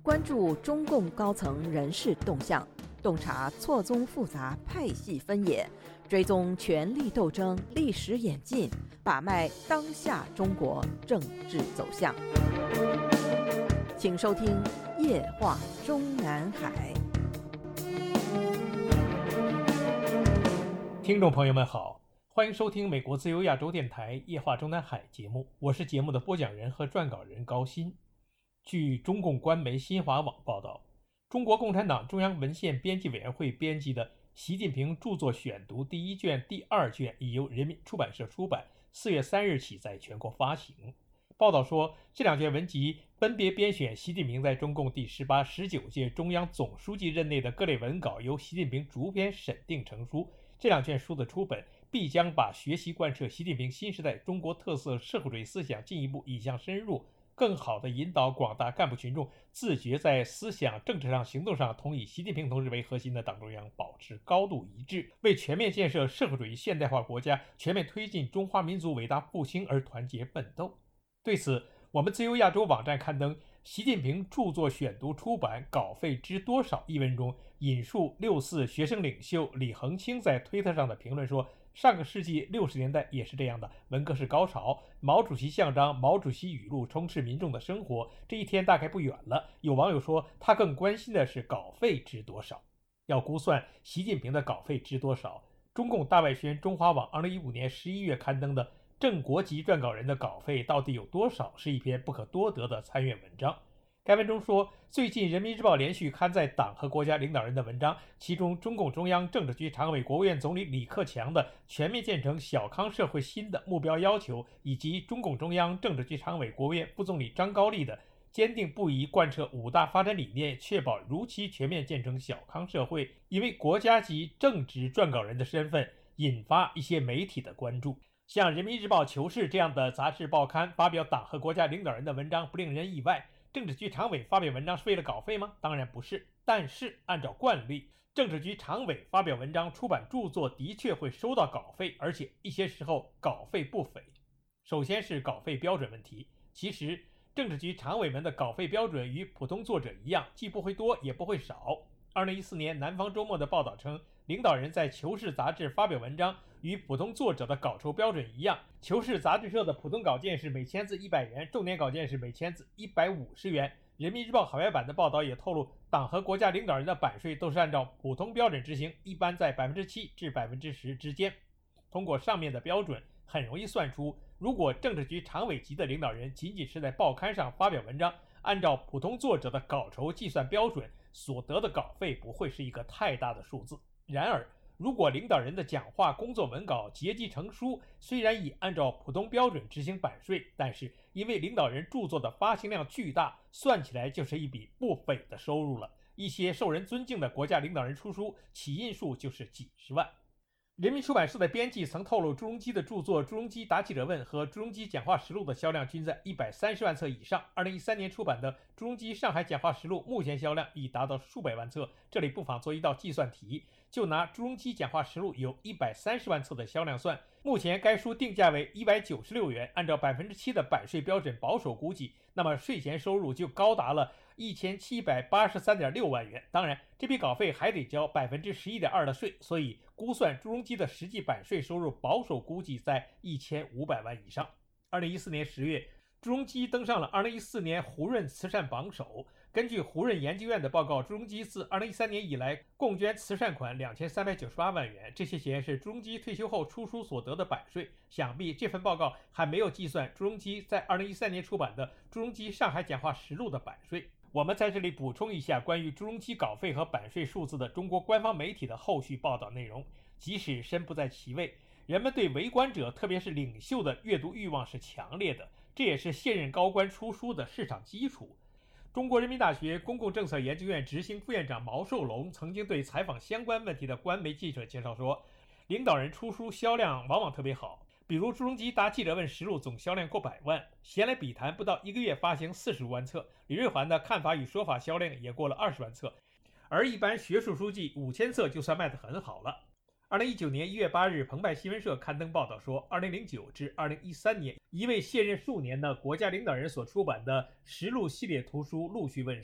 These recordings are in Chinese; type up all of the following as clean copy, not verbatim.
关注中共高层人事动向，洞察错综复杂派系分野，追踪权力斗争历史演进，把脉当下中国政治走向。请收听《夜话中南海》。 听众朋友们好，欢迎收听美国自由亚洲电台《夜话中南海》节目，我是节目的播讲人和撰稿人高鑫。据中共官媒新华网报道，中国共产党中央文献编辑委员会编辑的《习近平著作选读》第1卷、第2卷已由人民出版社出版，4月3日起在全国发行。报道说，这2卷文集分别编选习近平在中共第18、19届中央总书记任内的各类文稿，由习近平逐篇审定成书。这2卷书的出本必将把学习贯彻习近平新时代中国特色社会主义思想进一步引向深入，更好地引导广大干部群众自觉在思想、政治上、行动上同以习近平同志为核心的党中央保持高度一致，为全面建设社会主义现代化国家、全面推进中华民族伟大复兴而团结奋斗。对此，我们自由亚洲网站刊登《习近平著作选读》出版稿费知多少一文中，引述64学生领袖李恒清在推特上的评论说，上个世纪60年代也是这样的，文革是高潮，毛主席像章、毛主席语录充斥民众的生活，这一天大概不远了。有网友说，他更关心的是稿费值多少。要估算习近平的稿费值多少，中共大外宣中华网2015年11月刊登的正国级撰稿人的稿费到底有多少，是一篇不可多得的参阅文章。该文中说，最近人民日报连续刊载党和国家领导人的文章，其中中共中央政治局常委、国务院总理李克强的全面建成小康社会新的目标要求，以及中共中央政治局常委、国务院副总理张高丽的坚定不移贯彻5大发展理念，确保如期全面建成小康社会，因为国家级正职撰稿人的身份，引发一些媒体的关注。像人民日报、求是这样的杂志报刊发表党和国家领导人的文章不令人意外，政治局常委发表文章是为了稿费吗？当然不是。但是按照惯例，政治局常委发表文章出版著作的确会收到稿费，而且一些时候稿费不菲。首先是稿费标准问题，其实政治局常委们的稿费标准与普通作者一样，既不会多也不会少。2014年南方周末的报道称，领导人在求是杂志发表文章与普通作者的稿酬标准一样，求是杂志社的普通稿件是每千字100元，重点稿件是每千字150元。人民日报海外版的报道也透露，党和国家领导人的版税都是按照普通标准执行，一般在7%至10%之间。通过上面的标准，很容易算出，如果政治局常委级的领导人仅仅是在报刊上发表文章，按照普通作者的稿酬计算标准，所得的稿费不会是一个太大的数字。然而，如果领导人的讲话、工作文稿结集成书，虽然已按照普通标准执行版税，但是因为领导人著作的发行量巨大，算起来就是一笔不菲的收入了。一些受人尊敬的国家领导人出书，起印数就是几十万。人民出版社的编辑曾透露，朱镕基的著作《朱镕基答记者问》和《朱镕基讲话实录》的销量均在130万册以上。2013年出版的《朱镕基上海讲话实录》目前销量已达到数百万册。这里不妨做一道计算题，就拿《朱镕基讲话实录》有130万册的销量算，目前该书定价为196元，按照7%的版税标准保守估计，那么税前收入就高达了1783.6万元。当然，这笔稿费还得交11.2%的税，所以估算朱镕基的实际版税收入保守估计在1500万以上。2014年10月，朱镕基登上了2014年胡润慈善榜首。根据胡润研究院的报告，朱镕基自2013年以来共捐慈善款2398万元，这些钱是朱镕基退休后出书所得的版税。想必这份报告还没有计算朱镕基在2013年出版的《朱镕基上海讲话实录》的版税。我们在这里补充一下关于朱镕基稿费和版税数字的中国官方媒体的后续报道内容。即使身不在其位，人们对为官者，特别是领袖的阅读欲望是强烈的，这也是现任高官出书的市场基础。中国人民大学公共政策研究院执行副院长毛寿龙曾经对采访相关问题的官媒记者介绍说，领导人出书销量往往特别好，比如朱镕基答记者问实录总销量过100万，闲来笔谈不到1个月发行45万册，李瑞环的看法与说法销量也过了20万册，而一般学术书籍5000册就算卖得很好了。2019年1月8日，澎湃新闻社刊登报道说，2009至2013年，一位卸任数年的国家领导人所出版的实录系列图书陆续问世，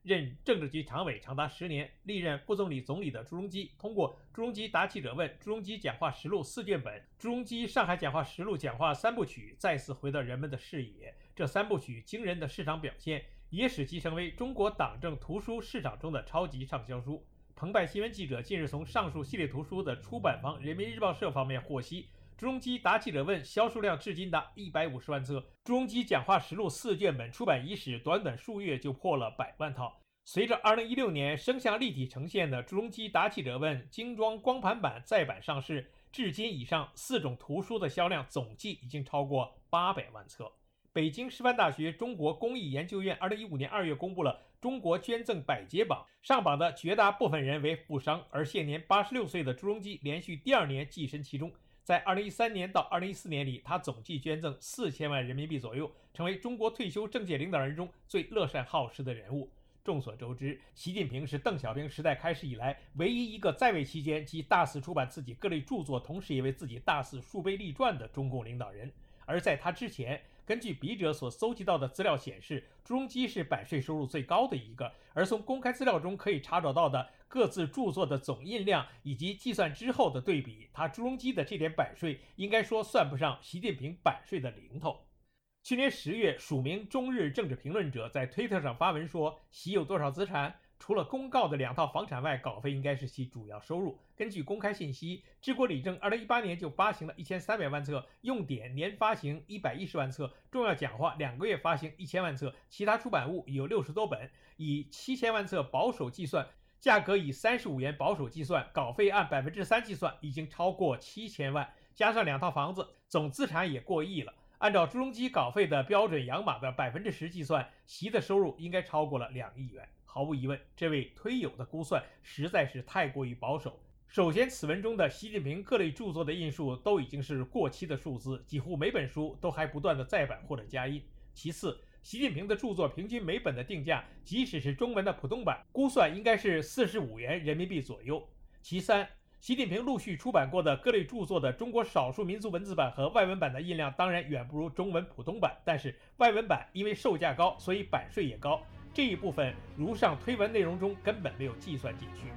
任政治局常委长达10年，历任副总理、总理的朱镕基通过《朱镕基答记者问》《朱镕基讲话实录》4卷本，《朱镕基上海讲话实录》讲话3部曲再次回到人们的视野。这3部曲惊人的市场表现，也使其成为中国党政图书市场中的超级畅销书。澎湃新闻记者近日从上述系列图书的出版方人民日报社方面获悉，朱镕基答记者问销售量至今达150万册，朱镕基讲话实录4卷本出版伊始，短短数月就破了100万套。随着2016年声像立体呈现的朱镕基答记者问精装光盘版再版上市，至今以上4种图书的销量总计已经超过800万册。北京师范大学中国公益研究院2015年2月公布了中国捐赠百杰榜，上榜的绝大部分人为富商，而现年86岁的朱镕基连续第2年跻身其中。在2013年到2014年里，他总计捐赠4000万人民币左右，成为中国退休政界领导人中最乐善好施的人物。众所周知，习近平是邓小平时代开始以来唯一一个在位期间即大肆出版自己各类著作，同时也为自己大肆树碑立传的中共领导人。而在他之前，根据笔者所搜集到的资料显示，朱镕基是版税收入最高的一个，而从公开资料中可以查找到的各自著作的总印量以及计算之后的对比，他朱镕基的这点版税应该说算不上习近平版税的零头。去年10月，署名中日政治评论者在推特上发文说，习有多少资产？除了公告的2套房产外，稿费应该是其主要收入。根据公开信息，治国理政2018年就发行了1300万册，用典年发行110万册，重要讲话2个月发行1000万册，其他出版物有60多本，以7000万册保守计算，价格以35元保守计算，稿费按3%计算，已经超过7000万，加上2套房子，总资产也过亿了。按照朱镕基稿费的标准养马的10%计算，习的收入应该超过了2亿元。毫无疑问，这位推友的估算实在是太过于保守。首先，此文中的习近平各类著作的印数都已经是过期的数字，几乎每本书都还不断的再版或者加印。其次，习近平的著作平均每本的定价，即使是中文的普通版，估算应该是45元人民币左右。其三，习近平陆续出版过的各类著作的中国少数民族文字版和外文版的印量当然远不如中文普通版，但是外文版因为售价高，所以版税也高，这一部分如上推文内容中根本没有计算进去。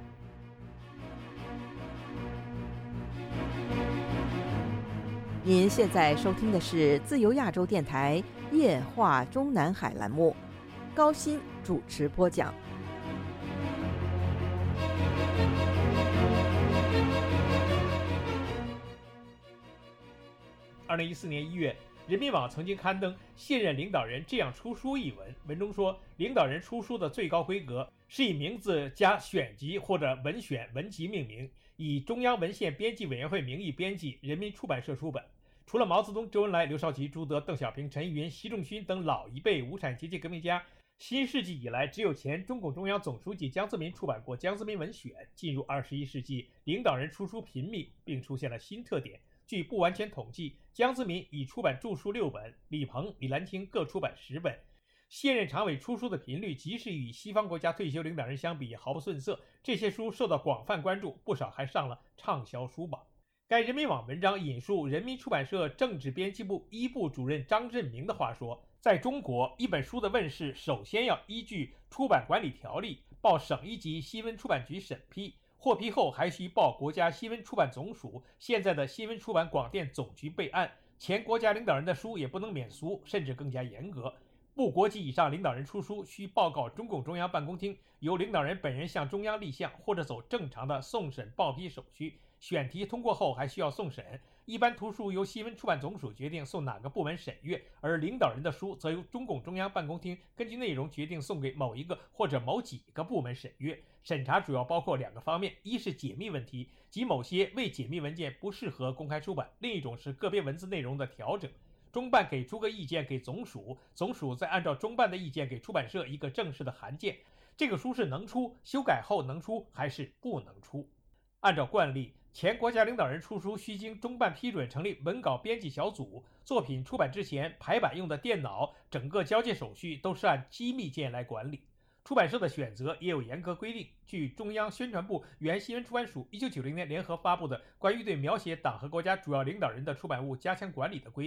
您现在收听的是自由亚洲电台夜话中南海栏目，高鑫主持播讲。 2014年1月，人民网曾经刊登现任领导人这样出书一文，文中说，领导人出书的最高规格是以名字加选集或者文选文集命名，以中央文献编辑委员会名义编辑，人民出版社出版。除了毛泽东、周恩来、刘少奇、朱德、邓小平、陈玉云、习仲勋等老一辈无产阶级革命家，新世纪以来只有前中共中央总书记江泽民出版过《江泽民文选》。进入21世纪，领导人出书频密，并出现了新特点。据不完全统计，江泽民已出版著书6本，李鹏、李兰清各出版10本。现任常委出书的频率，即使与西方国家退休领导人相比，也毫不逊色。这些书受到广泛关注，不少还上了畅销书榜。该人民网文章引述人民出版社政治编辑部一部主任张振明的话说，在中国，一本书的问世首先要依据出版管理条例报省一级新闻出版局审批，获批后还需报国家新闻出版总署，现在的新闻出版广电总局备案。前国家领导人的书也不能免俗，甚至更加严格。部国级以上领导人出书需报告中共中央办公厅，由领导人本人向中央立项，或者走正常的送审报批手续。选题通过后还需要送审，一般图书由新闻出版总署决定送哪个部门审阅，而领导人的书则由中共中央办公厅根据内容决定送给某一个或者某几个部门审阅。审查主要包括2个方面，一是解密问题，即某些未解密文件不适合公开出版；另一种是个别文字内容的调整。中办给出个意见给总署，总署再按照中办的意见给出版社一个正式的函件，这个书是能出，修改后能出还是不能出。按照惯例，前国家领导人出书需经中办批准成立文稿编辑小组，作品出版之前排版用的电脑整个交接手续都是按机密件来管理。出版社的选择也有严格规定，据中央宣传部原新闻出版署1990年联合发布的关于对描写党和国家主要领导人的出版物加强管理的规定，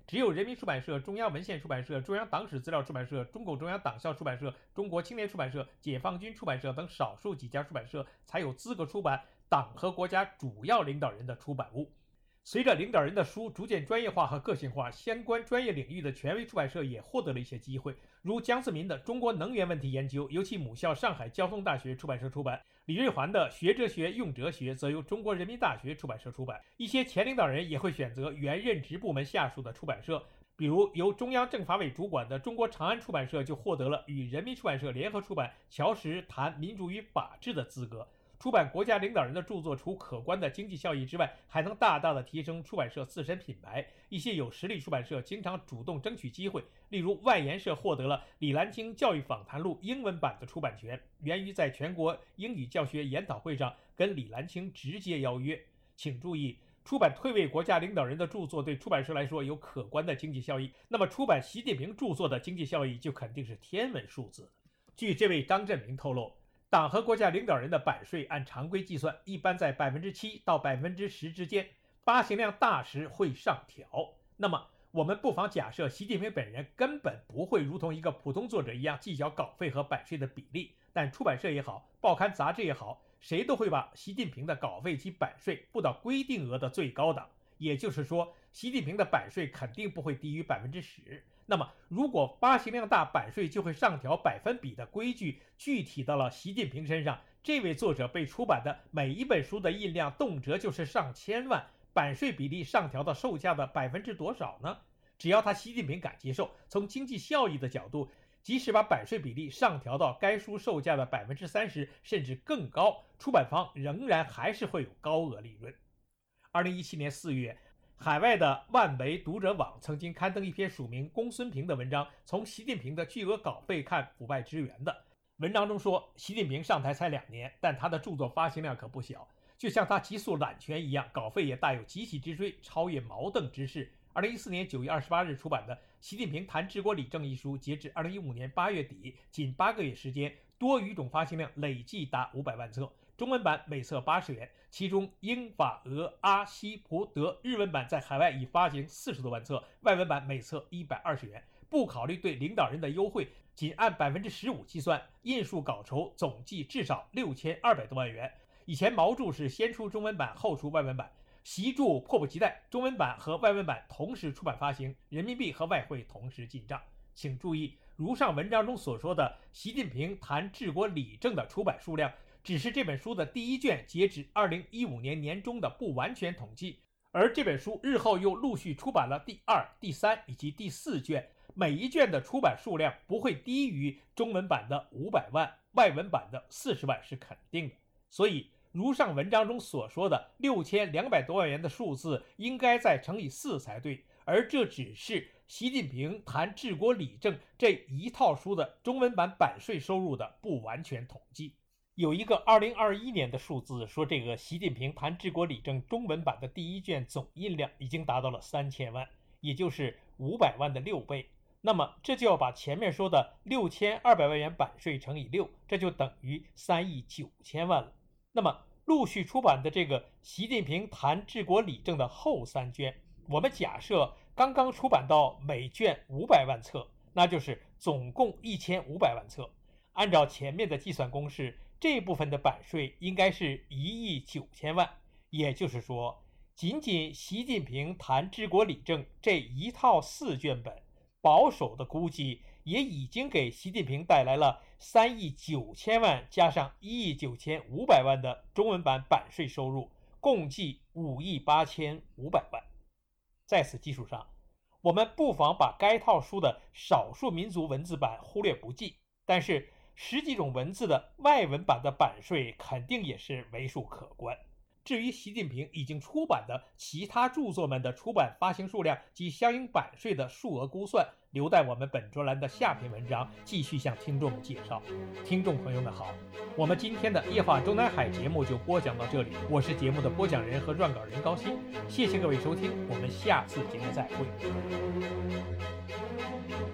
只有人民出版社、中央文献出版社、中央党史资料出版社、中共中央党校出版社、中国青年出版社、解放军出版社等少数几家出版社才有资格出版党和国家主要领导人的出版物。随着领导人的书逐渐专业化和个性化，相关专业领域的权威出版社也获得了一些机会，如江泽民的《中国能源问题研究》由其母校上海交通大学出版社出版，李瑞环的《学哲学用哲学》则由中国人民大学出版社出版。一些前领导人也会选择原任职部门下属的出版社，比如由中央政法委主管的中国长安出版社就获得了与人民出版社联合出版《乔石谈民主与法治》的资格。出版国家领导人的著作，除可观的经济效益之外，还能大大的提升出版社自身品牌。一些有实力出版社经常主动争取机会，例如外研社获得了李兰清教育访谈录英文版的出版权，源于在全国英语教学研讨会上跟李兰清直接邀约。请注意，出版退位国家领导人的著作对出版社来说有可观的经济效益，那么出版习近平著作的经济效益就肯定是天文数字。据这位张振明透露，党和国家领导人的版税按常规计算，一般在7%到10%之间，发行量大时会上调。那么我们不妨假设习近平本人根本不会如同一个普通作者一样计较稿费和版税的比例，但出版社也好，报刊杂志也好，谁都会把习近平的稿费及版税布到规定额的最高档，也就是说，习近平的版税肯定不会低于10%。那么如果发行量大，版税就会上调百分比的规矩具体到了习近平身上，这位作者被出版的每一本书的印量动辄就是上千万，版税比例上调到售价的多少呢？只要他习近平敢接受，从经济效益的角度，即使把版税比例上调到该书售价的30%甚至更高，出版方仍然还是会有高额利润。2017年4月，海外的万维读者网曾经刊登一篇署名公孙平的文章，从习近平的巨额稿费看腐败之源的。文章中说，习近平上台才2年，但他的著作发行量可不小，就像他急速揽权一样，稿费也大有急起直追，超越茅盾之势。2014年9月28日出版的《习近平谈治国理政》一书，截至2015年8月底，仅8个月时间，多语种发行量累计达500万册，中文版每册80元，其中英、法、俄、阿、西、葡、德日文版在海外已发行40多万册，外文版每册120元。不考虑对领导人的优惠，仅按15%计算，印数稿酬总计至少6200多万元。以前毛著是先出中文版后出外文版，习著迫不及待，中文版和外文版同时出版发行，人民币和外汇同时进账。请注意，如上文章中所说的习近平谈治国理政的出版数量，只是这本书的第一卷截止2015年年中的不完全统计，而这本书日后又陆续出版了第2、第3以及第4卷，每一卷的出版数量不会低于中文版的500万，外文版的40万是肯定的。所以如上文章中所说的6200多万元的数字应该再乘以4才对，而这只是习近平谈治国理政这一套书的中文版版税收入的不完全统计。有一个2021年的数字说，这个习近平谈治国理政中文版的第一卷总印量已经达到了3000万，也就是500万的6倍。那么这就要把前面说的6200万元版税乘以6，这就等于3亿9千万了。那么陆续出版的这个习近平谈治国理政的后3卷，我们假设刚刚出版到每卷500万册，那就是总共1500万册。按照前面的计算公式，这部分的版税应该是1亿9千万。也就是说，仅仅习近平谈治国理政这一套4卷本，保守的估计也已经给习近平带来了3亿9千万加上1亿9500万的中文版版税收入，共计5亿8500万。在此基础上，我们不妨把该套书的少数民族文字版忽略不计，但是10几种文字的外文版的版税肯定也是为数可观。至于习近平已经出版的其他著作们的出版发行数量及相应版税的数额估算，留待我们本专栏的下篇文章继续向听众们介绍。听众朋友们好，我们今天的夜话中南海节目就播讲到这里，我是节目的播讲人和撰稿人高鑫，谢谢各位收听，我们下次节目再会。